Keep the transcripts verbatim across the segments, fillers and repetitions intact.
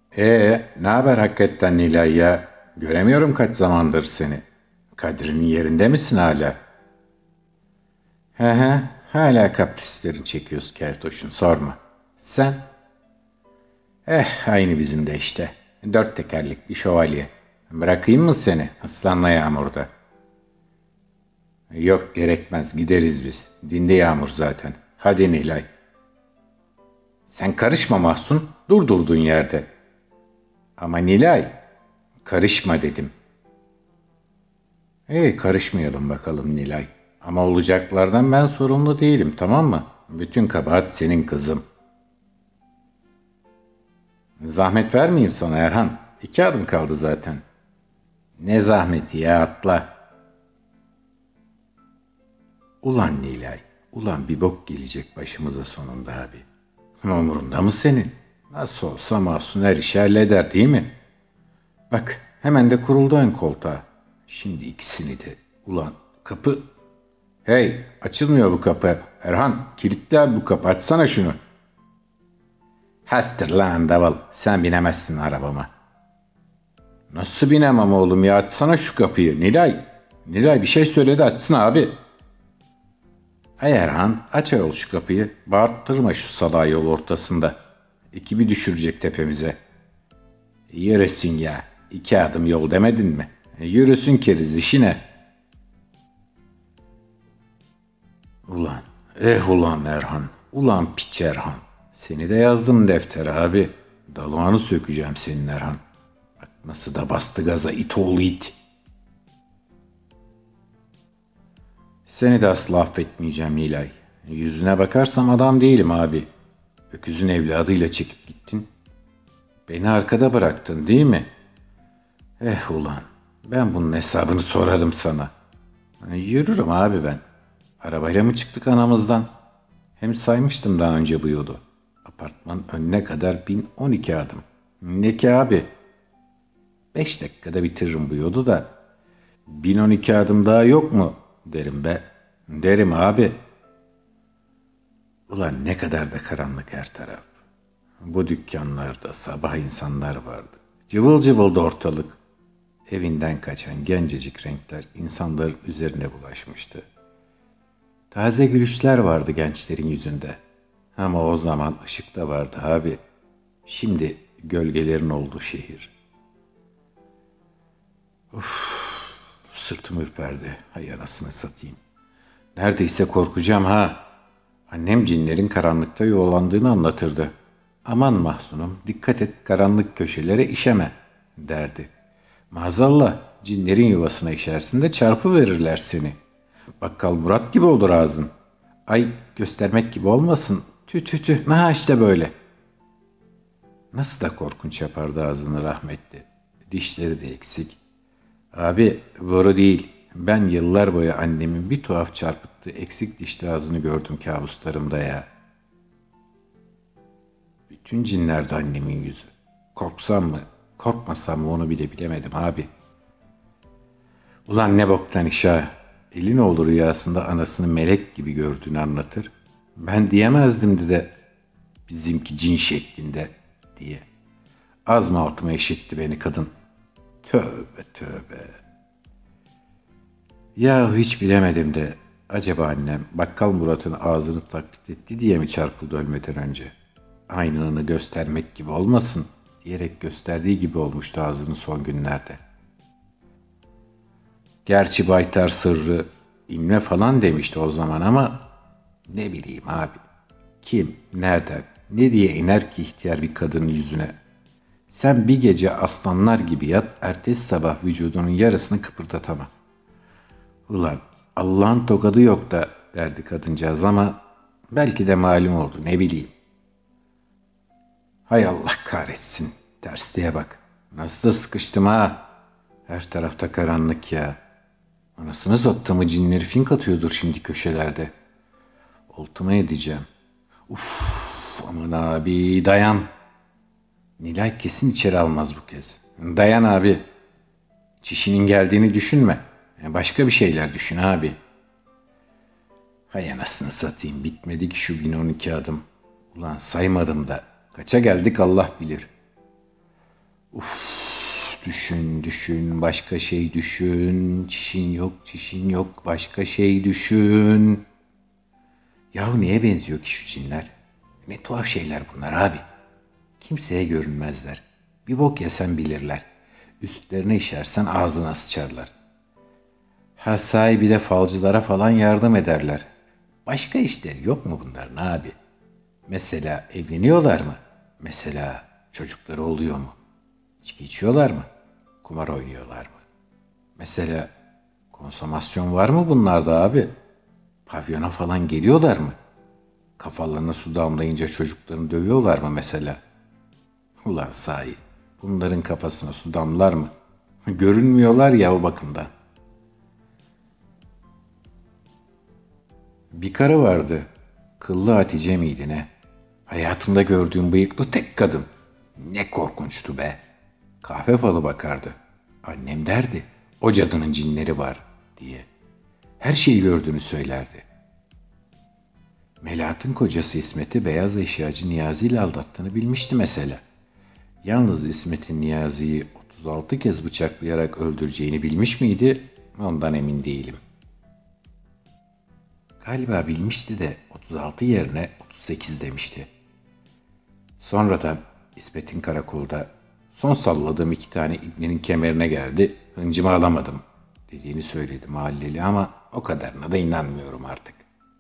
Ee, ne haber hakikaten Nilay ya? Göremiyorum kaç zamandır seni. Kadri'nin yerinde misin hala? He he, hala kaprislerini çekiyoruz Keltoş'un sorma. Sen? Eh, aynı bizim de işte. Dört tekerlekli şövalye. Bırakayım mı seni ıslanma yağmurda? Yok gerekmez gideriz biz. Dindi yağmur zaten. Hadi Nilay. Sen karışma Mahsun. Dur durduğun yerde. Ama Nilay. Karışma dedim. Hey karışmayalım bakalım Nilay. Ama olacaklardan ben sorumlu değilim, tamam mı? Bütün kabahat senin kızım. Zahmet vermeyeyim sana Erhan. İki adım kaldı zaten. Ne zahmeti ya atla. Ulan Nilay. Ulan bir bok gelecek başımıza sonunda abi. Umurunda mı senin? Nasıl olsa Mahsun her işi halleder değil mi? Bak hemen de kuruldu ön koltuğa. Şimdi ikisini de. Ulan kapı. Hey açılmıyor bu kapı. Erhan kilitli abi bu kapı açsana şunu. Hastır lan Daval, sen binemezsin arabama. Nasıl binemem oğlum ya, açsana şu kapıyı Nilay. Nilay bir şey söyledi açsın abi. Hay Erhan aç ayol şu kapıyı, bağırttırma şu salağı yol ortasında. Ekibi düşürecek tepemize. Yürüsün ya, iki adım yol demedin mi? Yürüsün keriz işine. Ulan, eh ulan Erhan, ulan piç Erhan. Seni de yazdım deftere abi. Dalağını sökeceğim senin Erhan. Bak nasıl da bastı gaza it oğlu it. Seni de asla affetmeyeceğim Nilay. Yüzüne bakarsam adam değilim abi. Öküzün evladıyla çekip gittin. Beni arkada bıraktın değil mi? Eh ulan ben bunun hesabını sorarım sana. Yürürüm abi ben. Arabayla mı çıktık anamızdan? Hem saymıştım daha önce bu yolu. Apartmanın önüne kadar bin on iki adım. Ne ki abi? Beş dakikada bitiririm bu yolu da. Bin on iki adım daha yok mu? Derim be. Derim abi. Ulan ne kadar da karanlık her taraf. Bu dükkanlarda sabah insanlar vardı. Cıvıl cıvıldı ortalık. Evinden kaçan gencecik renkler insanların üzerine bulaşmıştı. Taze gülüşler vardı gençlerin yüzünde. Ama o zaman ışık da vardı abi. Şimdi gölgelerin olduğu şehir. Sırtım ürperdi. Hay anasını satayım. Neredeyse korkacağım ha. Annem cinlerin karanlıkta yuvalandığını anlatırdı. Aman Mahsunum dikkat et karanlık köşelere işeme derdi. Maazallah cinlerin yuvasına işersin de çarpı verirler seni. Bakkal Murat gibi olur ağzın. Ay göstermek gibi olmasın. Tü tü tü ha işte böyle. Nasıl da korkunç yapardı ağzını rahmetli. Dişleri de eksik. Abi boru değil. Ben yıllar boyu annemin bir tuhaf çarpıttığı eksik dişli ağzını gördüm kabuslarımda ya. Bütün cinlerde annemin yüzü. Korksam mı, korkmasam mı onu bile bilemedim abi. Ulan ne boktan iş ha. Elinoğlu rüyasında anasını melek gibi gördüğünü anlatır. Ben diyemezdim de bizimki cin şeklinde diye. Az mı altıma eşitti beni kadın. Tövbe tövbe. Ya hiç bilemedim de acaba annem Bakkal Murat'ın ağzını taklit etti diye mi çarpıldı ölmeden önce? Aynını göstermek gibi olmasın diyerek gösterdiği gibi olmuştu ağzını son günlerde. Gerçi Baytar Sırrı imle falan demişti o zaman ama ne bileyim abi. Kim, nereden, ne diye iner ki ihtiyar bir kadının yüzüne? Sen bir gece aslanlar gibi yat, ertesi sabah vücudunun yarısını kıpırdatama. Ulan Allah'ın tokadı yok da derdi kadıncağız ama belki de malum oldu ne bileyim. Hay Allah kahretsin. Tersliğe bak. Nasıl da sıkıştım ha. Her tarafta karanlık ya. Anasını sattığımı cinleri fink atıyordur şimdi köşelerde. Oltuma edeceğim. Uf, aman abi dayan. Nilay kesin içeri almaz bu kez. Dayan abi. Çişinin geldiğini düşünme. Başka bir şeyler düşün abi. Hay anasını satayım bitmedi ki şu bin on iki adım. Ulan saymadım da. Kaça geldik Allah bilir. Uf, düşün düşün başka şey düşün. Çişin yok çişin yok başka şey düşün. Yahu neye benziyor ki şu cinler? Ne tuhaf şeyler bunlar abi. Kimseye görünmezler. Bir bok yesen bilirler. Üstlerine işersen ağzına sıçarlar. Ha sahibi de falcılara falan yardım ederler. Başka işleri yok mu bunların abi? Mesela evleniyorlar mı? Mesela çocukları oluyor mu? İçki içiyorlar mı? Kumar oynuyorlar mı? Mesela konsomasyon var mı bunlarda abi? Pavyona falan geliyorlar mı? Kafalarına su damlayınca çocuklarını dövüyorlar mı mesela? Ulan sahi bunların kafasına su damlar mı? Görünmüyorlar ya o bakımdan. Bir karı vardı. Kıllı Hatice miydi ne? Hayatımda gördüğüm bıyıklı tek kadın. Ne korkunçtu be. Kahve falı bakardı. Annem derdi, o cadının cinleri var diye. Her şeyi gördüğünü söylerdi. Melahat'ın kocası İsmet'i beyaz eşyacı Niyazi ile aldattığını bilmişti mesela. Yalnız İsmet'in Niyazi'yi otuz altı kez bıçaklayarak öldüreceğini bilmiş miydi? Ondan emin değilim. Galiba bilmişti de otuz altı yerine otuz sekiz demişti. Sonra da İsmet'in karakolda son salladığım iki tane ibnenin kemerine geldi, hıncımı alamadım dediğini söyledi mahalleli ama o kadarına da inanmıyorum artık.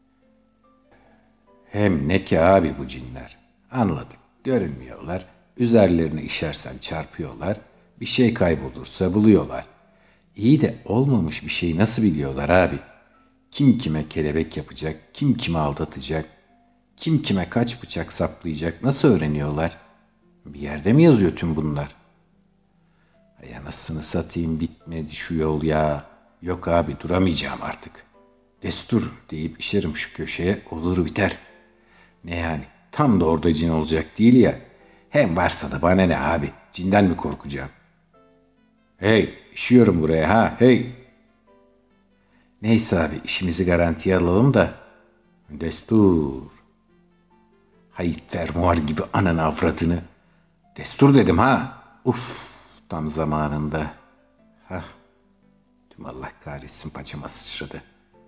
Hem ne ki abi bu cinler. Anladık, görünmüyorlar, üzerlerine işersen çarpıyorlar, bir şey kaybolursa buluyorlar. İyi de olmamış bir şeyi nasıl biliyorlar abi? Kim kime kelebek yapacak, kim kime aldatacak, kim kime kaç bıçak saplayacak nasıl öğreniyorlar? Bir yerde mi yazıyor tüm bunlar? Ay anasını satayım bitmedi şu yol ya. Yok abi duramayacağım artık. Destur deyip işerim şu köşeye olur biter. Ne yani tam da orada cin olacak değil ya. Hem varsa da bana ne abi cinden mi korkacağım? Hey işiyorum buraya ha hey. Neyse abi işimizi garantiye alalım da. Destur. Hay fermuar gibi ananı avradını. Destur dedim ha. Uf tam zamanında. Hah. Tüm Allah kahretsin paçama sıçradı.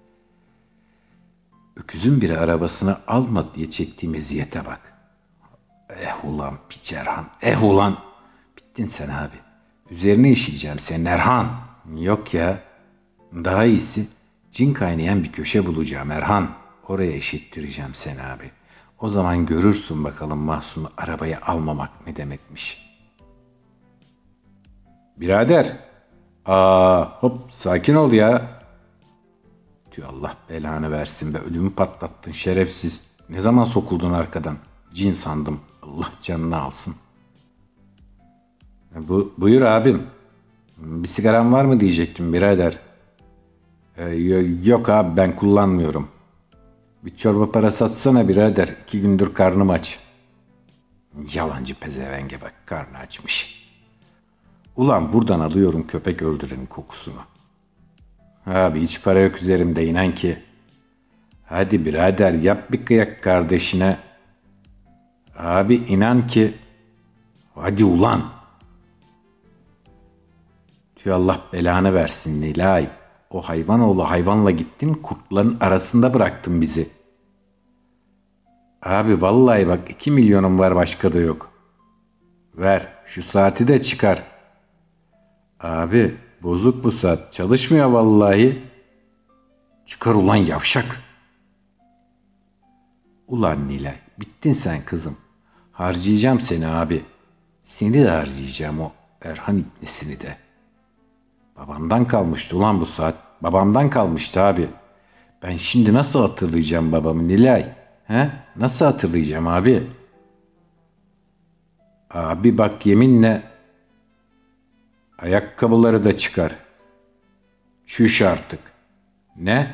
Öküzün biri arabasını alma diye çektiğim eziyete bak. Eh ulan piç Erhan. Eh ulan. Bittin sen abi. Üzerine işeyeceğim senin Erhan. Yok ya. Daha iyisi cin kaynayan bir köşe bulacağım Erhan. Oraya eşittireceğim seni abi. O zaman görürsün bakalım Mahsun'u arabaya almamak ne demekmiş. Birader. Aa hop sakin ol ya. Tüh Allah belanı versin be ödümü patlattın şerefsiz. Ne zaman sokuldun arkadan? Cin sandım. Allah canını alsın. Bu, buyur abim. Bir sigaran var mı diyecektim birader. Ee, yok abi ben kullanmıyorum. Bir çorba parası atsana birader. İki gündür karnım aç. Yalancı pezevenge bak karnı açmış. Ulan buradan alıyorum köpek öldürenin kokusunu. Abi hiç para yok üzerimde inan ki. Hadi birader yap bir kıyak kardeşine. Abi inan ki. Hadi ulan. Tüy Allah belanı versin Nilay. O hayvanoğlu hayvanla gittin kurtların arasında bıraktın bizi. Abi vallahi bak iki milyonum var başka da yok. Ver şu saati de çıkar. Abi bozuk bu saat çalışmıyor vallahi. Çıkar ulan yavşak. Ulan Nilay bittin sen kızım. Harcayacağım seni abi. Seni de harcayacağım o Erhan ibnesini de. Babamdan kalmıştı ulan bu saat. Babamdan kalmıştı abi. Ben şimdi nasıl hatırlayacağım babamı Nilay? He? Nasıl hatırlayacağım abi? Abi bak yeminle ayakkabıları da çıkar. Çüş artık. Ne?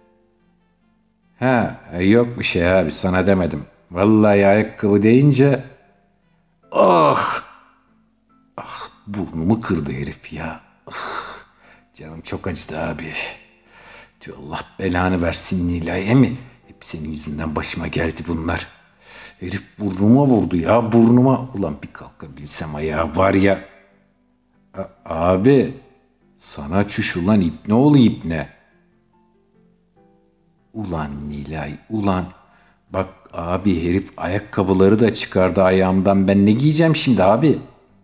Ha yok bir şey abi sana demedim. Vallahi ayakkabı deyince ah ah burnumu kırdı herif ya. Ah, canım çok acıdı abi. Diyor Allah belanı versin Nilay'e mi? Hep senin yüzünden başıma geldi bunlar. Herif burnuma vurdu ya burnuma. Ulan bir kalkabilsem ayağa var ya. A- abi sana çüş ulan ipne oğlu ipne. Ulan Nilay ulan. Bak abi herif ayakkabıları da çıkardı ayağımdan. Ben ne giyeceğim şimdi abi?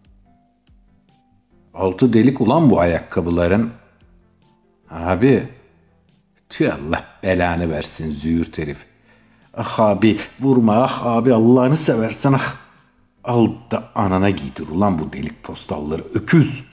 Altı delik ulan bu ayakkabıların. Abi tüy Allah belanı versin züğürt herif. Ah abi vurma ah abi Allah'ını seversen ah. Al da anana giydir ulan bu delik postalları öküz.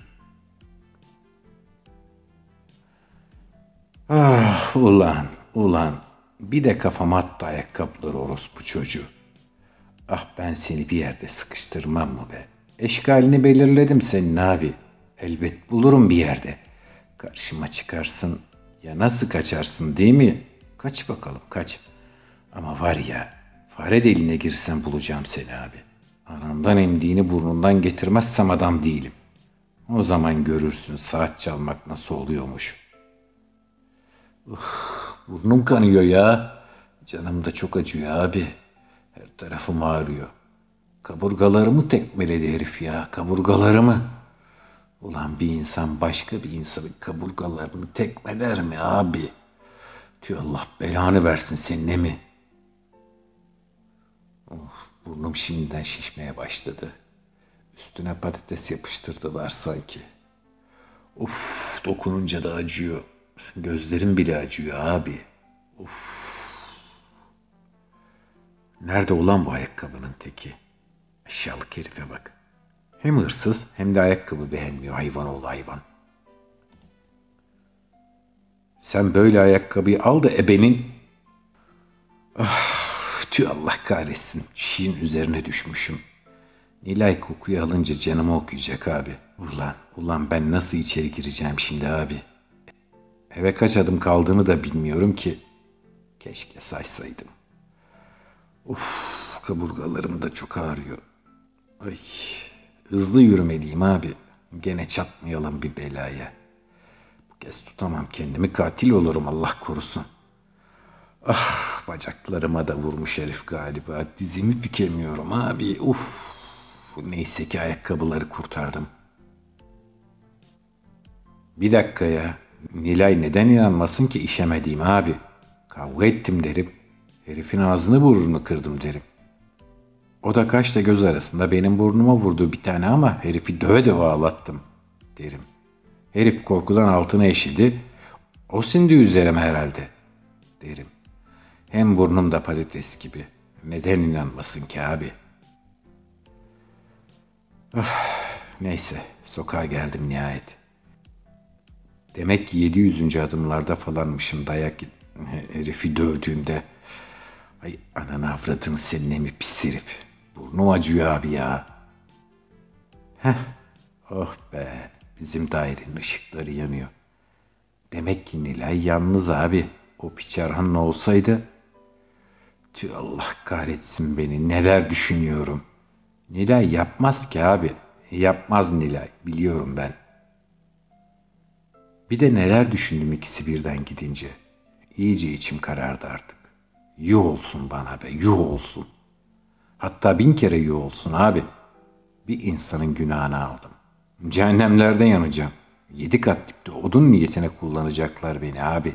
Ah ulan ulan bir de kafama attı ayakkabıları orospu çocuğu. Ah ben seni bir yerde sıkıştırmam mı be? Eşkalini belirledim senin abi. Elbet bulurum bir yerde. Karşıma çıkarsın ya nasıl kaçarsın değil mi? Kaç bakalım kaç. Ama var ya fare deliğine girsem bulacağım seni abi. Anamdan emdiğini burnundan getirmezsem adam değilim. O zaman görürsün saat çalmak nasıl oluyormuş. Burnum kanıyor ya. Canım da çok acıyor abi. Her tarafım ağrıyor. Kaburgalarımı tekmeledi herif ya. Kaburgalarımı. Ulan bir insan başka bir insanın kaburgalarını tekmeler mi abi? Tüh Allah belanı versin senin mi? Oh, burnum şimdiden şişmeye başladı. Üstüne patates yapıştırdılar sanki. Of dokununca da acıyor. Gözlerim bile acıyor abi. Of. Nerede ulan bu ayakkabının teki? Aşağılık herife bak. Hem hırsız hem de ayakkabı beğenmiyor hayvan oğlu hayvan. Sen böyle ayakkabıyı al da ebenin... Ah, tüh Allah kahretsin. Şiin üzerine düşmüşüm. Nilay kokuyu alınca canımı okuyacak abi. Ulan, ulan ben nasıl içeri gireceğim şimdi abi? Eve kaç adım kaldığını da bilmiyorum ki. Keşke saysaydım. Uf, kaburgalarım da çok ağrıyor. Ay, hızlı yürümeliyim abi. Gene çatmayalım bir belaya. Bu kez tutamam kendimi katil olurum Allah korusun. Ah bacaklarıma da vurmuş herif galiba. Dizimi bükemiyorum abi. Uf. Neyse ki ayakkabıları kurtardım. Bir dakika ya. Nilay neden inanmasın ki işemediğim abi? Kavga ettim derim. Herifin ağzını burnunu kırdım derim. O da kaşla göz arasında benim burnuma vurdu bir tane ama herifi döve döve ağlattım derim. Herif korkudan altına eşildi. O sindi üzerime herhalde derim. Hem burnum da patates gibi. Neden inanmasın ki abi? Ah, neyse sokağa geldim nihayet. Demek ki yedi yüzüncü adımlarda falanmışım dayak herifi dövdüğümde. Ay ananı avradını seninle mi pis herif. Burnum acıyor abi ya. Heh, oh be bizim dairenin ışıkları yanıyor. Demek ki Nilay yalnız abi. O piçarhanın olsaydı... Tüh Allah kahretsin beni neler düşünüyorum. Nilay yapmaz ki abi. Yapmaz Nilay biliyorum ben. Bir de neler düşündüm ikisi birden gidince. İyice içim karardı artık. Yuh olsun bana be yuh olsun. Hatta bin kere yuh olsun abi. Bir insanın günahını aldım. Cehennemlerde yanacağım. Yedi kat dipte odun niyetine kullanacaklar beni abi.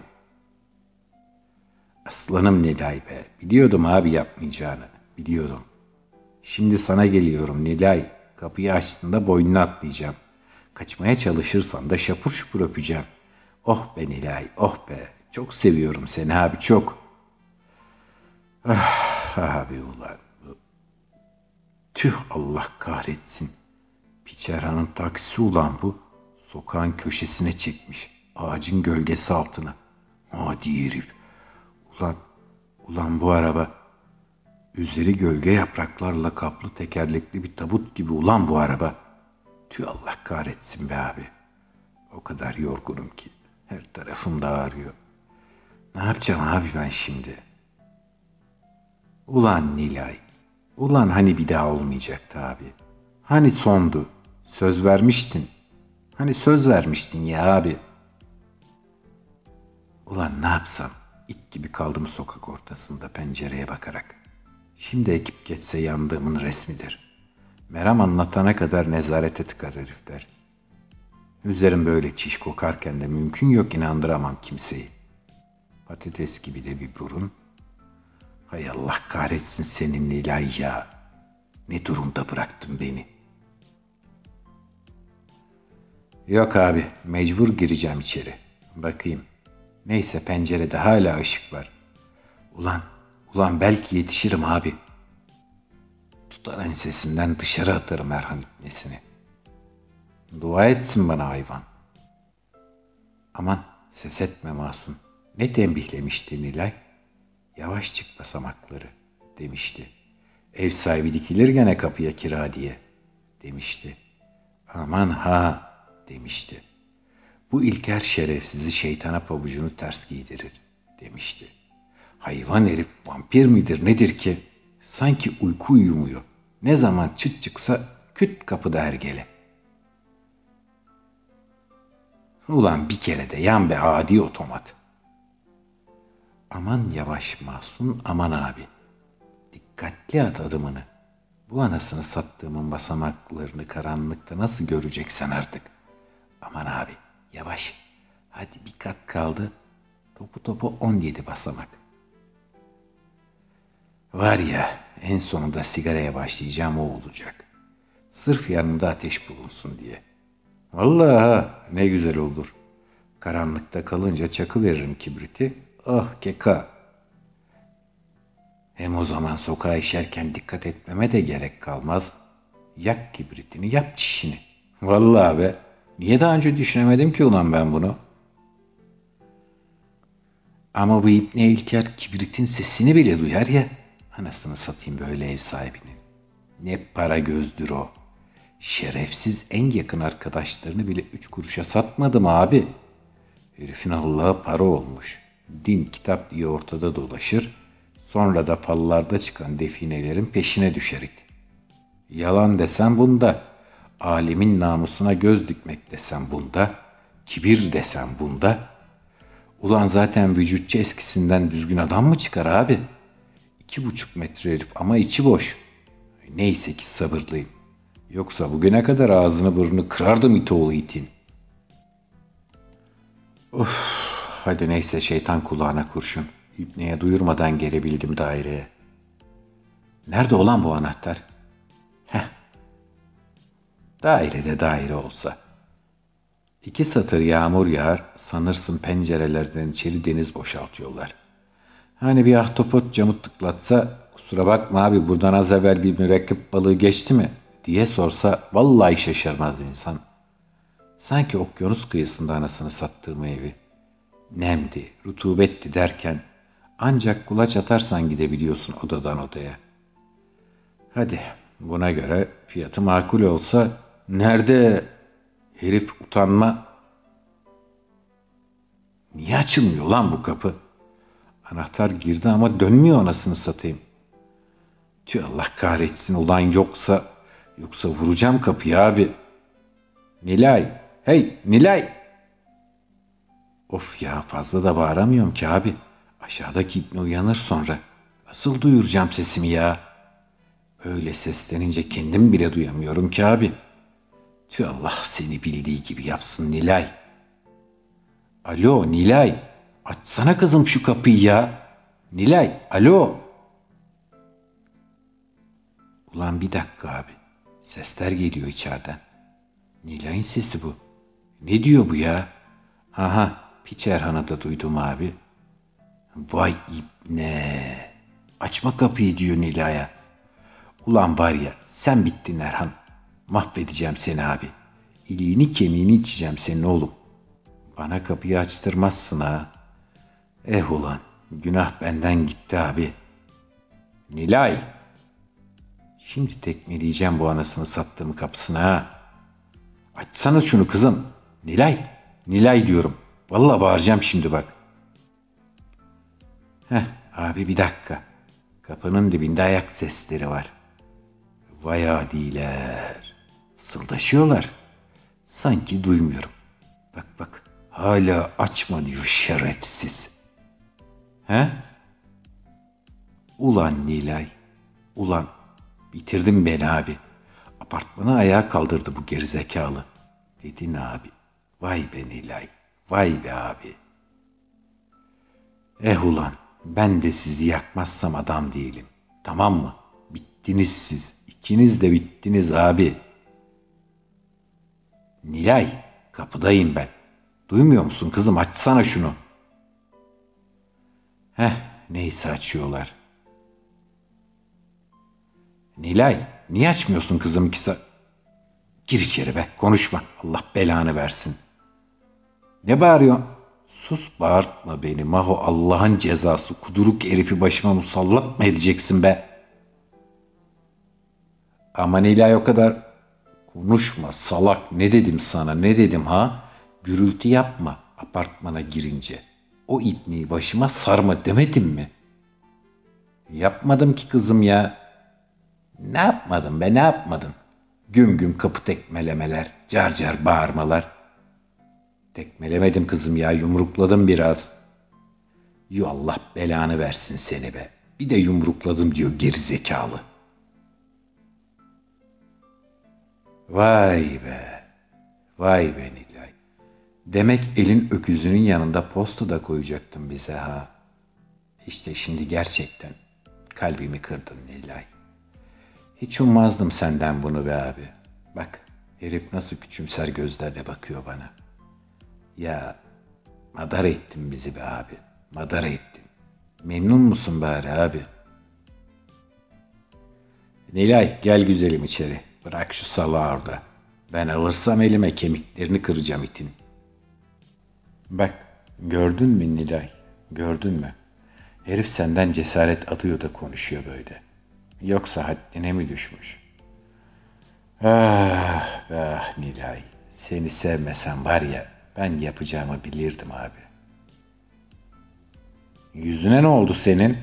Aslanım Nilay be. Biliyordum abi yapmayacağını. Biliyordum. Şimdi sana geliyorum Nilay. Kapıyı açtığında boynuna atlayacağım. Kaçmaya çalışırsan da şapur şupur öpeceğim. Oh be Nilay, oh be. Çok seviyorum seni abi, çok. Ah abi ulan. Tüh Allah kahretsin. Piçerhanın taksisi ulan bu. Sokağın köşesine çekmiş. Ağacın gölgesi altına. Hadi herif. Ulan, ulan bu araba. Üzeri gölge yapraklarla kaplı tekerlekli bir tabut gibi ulan bu araba. Tüh Allah kahretsin be abi. O kadar yorgunum ki. Her tarafım da ağrıyor. Ne yapacağım abi ben şimdi? Ulan Nilay. Ulan hani bir daha olmayacaktı abi. Hani sondu. Söz vermiştin. Hani söz vermiştin ya abi. Ulan ne yapsam? İt gibi kaldım sokak ortasında pencereye bakarak. Şimdi ekip geçse yandığımın resmidir. Meram anlatana kadar nezarete tıkar herifler. Üzerim böyle çiş kokarken de mümkün yok inandıramam kimseyi. Patates gibi de bir burun. Hay Allah kahretsin senin Nilay ya. Ne durumda bıraktın beni. Yok abi, mecbur gireceğim içeri. Bakayım. Neyse pencerede hala ışık var. Ulan, ulan belki yetişirim abi. Tutar ensesinden dışarı atarım Erhan ipnesini. Dua etsin bana hayvan. Aman ses etme Masum. Ne tembihlemişti Nilay? Yavaş çık basamakları demişti. Ev sahibi dikilir gene kapıya kira diye demişti. Aman ha demişti. Bu İlker şerefsizi şeytana pabucunu ters giydirir demişti. Hayvan herif vampir midir nedir ki? Sanki uyku uyumuyor. Ne zaman çıt çıksa küt kapıda hergele. Ulan bir kere de yan be adi otomat. Aman yavaş Mahsun, aman abi. Dikkatli at adımını. Bu anasını sattığımın basamaklarını karanlıkta nasıl göreceksen artık. Aman abi yavaş. Hadi bir kat kaldı. Topu topu on yedi basamak. Var ya en sonunda sigaraya başlayacağım o olacak. Sırf yanımda ateş bulunsun diye. Vallahi ha, ne güzel olur. Karanlıkta kalınca çakı veririm kibriti. Ah keka. Hem o zaman sokağa işerken dikkat etmeme de gerek kalmaz. Yak kibritini, yap çişini. Vallahi be. Niye daha önce düşünemedim ki ulan ben bunu? Ama bu İbni İlker kibritin sesini bile duyar ya. Anasını satayım böyle ev sahibinin. Ne para gözdür o. Şerefsiz en yakın arkadaşlarını bile üç kuruşa satmadım abi. Herifin Allah'a para olmuş. Din kitap diye ortada dolaşır. Sonra da fallarda çıkan definelerin peşine düşer it. Yalan desem bunda. Alimin namusuna göz dikmek desem bunda. Kibir desem bunda. Ulan zaten vücutçu eskisinden düzgün adam mı çıkar abi? İki buçuk metre herif ama içi boş. Neyse ki sabırlıyım. Yoksa bugüne kadar ağzını burnunu kırardım iti oğlu itin. Of, hadi neyse şeytan kulağına kurşun. İbneye duyurmadan gelebildim daireye. Nerede olan bu anahtar? Heh. Dairede daire olsa. İki satır yağmur yağar, sanırsın pencerelerden içeri deniz boşaltıyorlar. Hani bir ahtapot camı tıklatsa, kusura bakma abi buradan az evvel bir mürekkep balığı geçti mi diye sorsa vallahi şaşırmaz insan. Sanki okyanus kıyısında anasını sattığım evi. Nemdi, rutubetti derken ancak kulaç atarsan gidebiliyorsun odadan odaya. Hadi buna göre fiyatı makul olsa nerede herif utanma. Niye açılmıyor lan bu kapı? Anahtar girdi ama dönmüyor anasını satayım. Tüh Allah kahretsin ulan yoksa yoksa vuracağım kapıyı abi. Nilay, hey Nilay. Of ya fazla da bağıramıyorum ki abi. Aşağıdaki İbni uyanır sonra. Nasıl duyuracağım sesimi ya? Öyle seslenince kendim bile duyamıyorum ki abi. Tüh Allah seni bildiği gibi yapsın Nilay. Alo Nilay. Açsana kızım şu kapıyı ya. Nilay, alo. Ulan bir dakika abi. Sesler geliyor içeriden. Nilay'ın sesi bu. Ne diyor bu ya? Aha, Piç Erhan'ı da duydum abi. Vay ibne. Açma kapıyı diyor Nilay'a. Ulan var ya sen bittin Erhan. Mahvedeceğim seni abi. İliğini kemiğini içeceğim senin oğlum. Bana kapıyı açtırmazsın ha. Eh ulan günah benden gitti abi. Nilay. Şimdi tekmeleyeceğim bu anasını sattığım kapısına ha. Açsana şunu kızım. Nilay. Nilay diyorum. Vallahi bağıracağım şimdi bak. Heh abi bir dakika. Kapının dibinde ayak sesleri var. Vay adiler. Fısıldaşıyorlar. Sanki duymuyorum. Bak bak. Hala açma diyor şerefsiz. He? Ulan Nilay. Ulan bitirdin beni abi. Apartmanı ayağa kaldırdı bu gerizekalı. Dedin abi. Vay be Nilay, vay be abi. Eh ulan, ben de sizi yakmazsam adam değilim. Tamam mı? Bittiniz siz. İkiniz de bittiniz abi. Nilay, kapıdayım ben. Duymuyor musun kızım? Açsana şunu. Heh, neyse açıyorlar. Nilay, niye açmıyorsun kızım ki sa... Gir içeri be, konuşma. Allah belanı versin. Ne bağırıyorsun? Sus, bağırtma beni Maho, Allah'ın cezası. Kuduruk herifi başıma musallat mı edeceksin be? Aman Nilay, o kadar konuşma salak. Ne dedim sana, ne dedim ha? Gürültü yapma apartmana girince. O ipneyi başıma sarma demedim mi? Yapmadım ki kızım ya. Ne yapmadın be, ne yapmadın? Güm güm kapı tekmelemeler, car car bağırmalar. Tekmelemedim kızım ya, yumrukladım biraz. Yu Allah belanı versin seni be. Bir de yumrukladım diyor gerizekalı. Vay be, vay be Nilay. Demek elin öküzünün yanında posta da koyacaktın bize ha. İşte şimdi gerçekten kalbimi kırdın Nilay. Hiç ummazdım senden bunu be abi. Bak, herif nasıl küçümser gözlerle bakıyor bana. Ya madara ettin bizi be abi. Madara ettin. Memnun musun bari abi? Nilay, gel güzelim içeri. Bırak şu salağı orada. Ben alırsam elime kemiklerini kıracağım itin. Bak, gördün mü Nilay? Gördün mü? Herif senden cesaret atıyor da konuşuyor böyle. Yoksa haddine mi düşmüş? Ah, ah Nilay. Seni sevmesem var ya, ben yapacağımı bilirdim abi. Yüzüne ne oldu senin?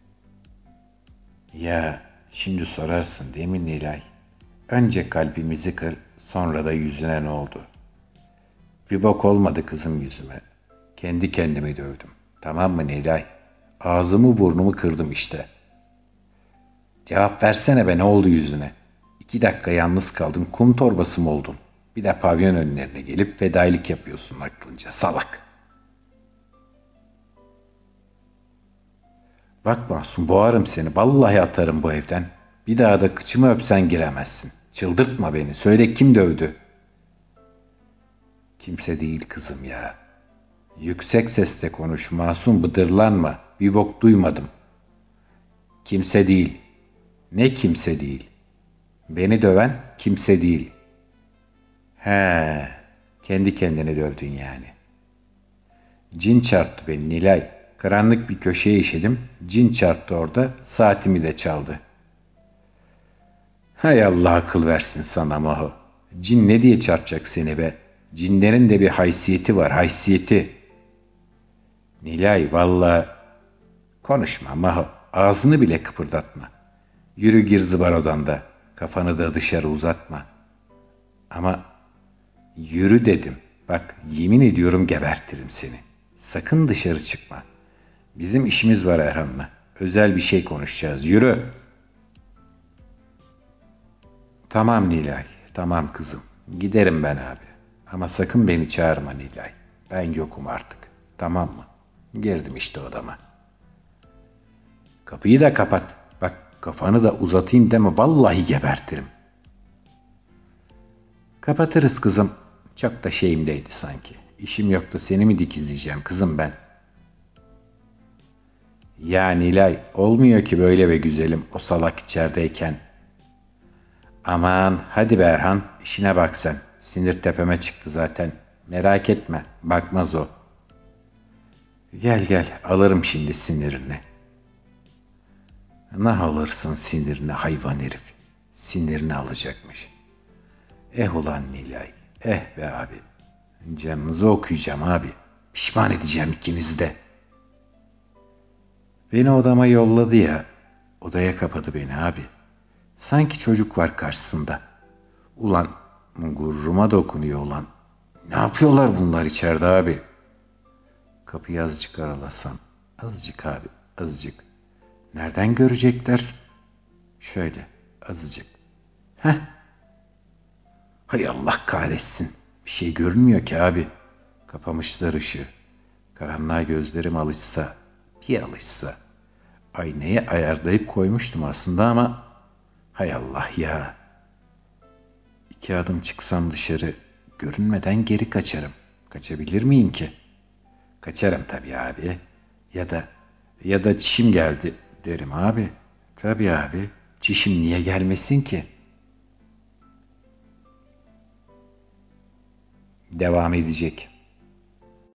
Ya şimdi sorarsın değil mi Nilay? Önce kalbimizi kır, sonra da yüzüne ne oldu? Bir bok olmadı kızım yüzüme. Kendi kendimi dövdüm. Tamam mı Nilay? Ağzımı burnumu kırdım işte. Cevap versene be, ne oldu yüzüne? İki dakika yalnız kaldım, kum torbası mı oldun? Bir de pavyon önlerine gelip fedailik yapıyorsun aklınca, salak. Bak Mahsun, boğarım seni, vallahi atarım bu evden. Bir daha da kıçımı öpsen giremezsin. Çıldırtma beni, söyle kim dövdü? Kimse değil kızım ya. Yüksek sesle konuş Mahsun, bıdırlanma, bir bok duymadım. Kimse değil. Ne kimse değil? Beni döven kimse değil. He, kendi kendini dövdün yani. Cin çarptı beni Nilay. Karanlık bir köşeye işedim. Cin çarptı orada, saatimi de çaldı. Hay Allah akıl versin sana Maho. Cin ne diye çarpacak seni be? Cinlerin de bir haysiyeti var, haysiyeti. Nilay vallahi konuşma Maho. Ağzını bile kıpırdatma. Yürü gir zıbar odanda. Kafanı da dışarı uzatma. Ama yürü dedim. Bak yemin ediyorum gebertirim seni. Sakın dışarı çıkma. Bizim işimiz var Erhan'la. Özel bir şey konuşacağız. Yürü. Tamam Nilay. Tamam kızım. Giderim ben abi. Ama sakın beni çağırma Nilay. Ben yokum artık. Tamam mı? Girdim işte odama. Kapıyı da kapat. Bak kafanı da uzatayım deme. Vallahi gebertirim. Kapatırız kızım. Çok da şeyimdeydi sanki. İşim yoktu, seni mi dikizleyeceğim kızım ben? Ya Nilay, olmuyor ki böyle be güzelim, o salak içerideyken. Aman hadi be Erhan, işine bak sen. Sinir tepeme çıktı zaten. Merak etme, bakmaz o. Gel gel, alırım şimdi sinirini. Ne alırsın sinirini hayvan herif. Sinirini alacakmış. Eh ulan Nilay, eh be abi. Canınızı okuyacağım abi. Pişman edeceğim ikinizi de. Beni odama yolladı ya. Odaya kapadı beni abi. Sanki çocuk var karşısında. Ulan gururuma dokunuyor ulan. Ne yapıyorlar bunlar içeride abi? Kapıyı azıcık aralasam. Azıcık abi, azıcık. Nereden görecekler? Şöyle, azıcık. Heh. Hay Allah kahretsin. Bir şey görünmüyor ki abi. Kapamışlar ışığı. Karanlığa gözlerim alışsa, bir alışsa. Aynayı ayarlayıp koymuştum aslında ama hay Allah ya. İki adım çıksam dışarı görünmeden geri kaçarım. Kaçabilir miyim ki? Kaçarım tabii abi. Ya da ya da çişim geldi derim abi. Tabii abi. Çişim niye gelmesin ki? Devam edecek.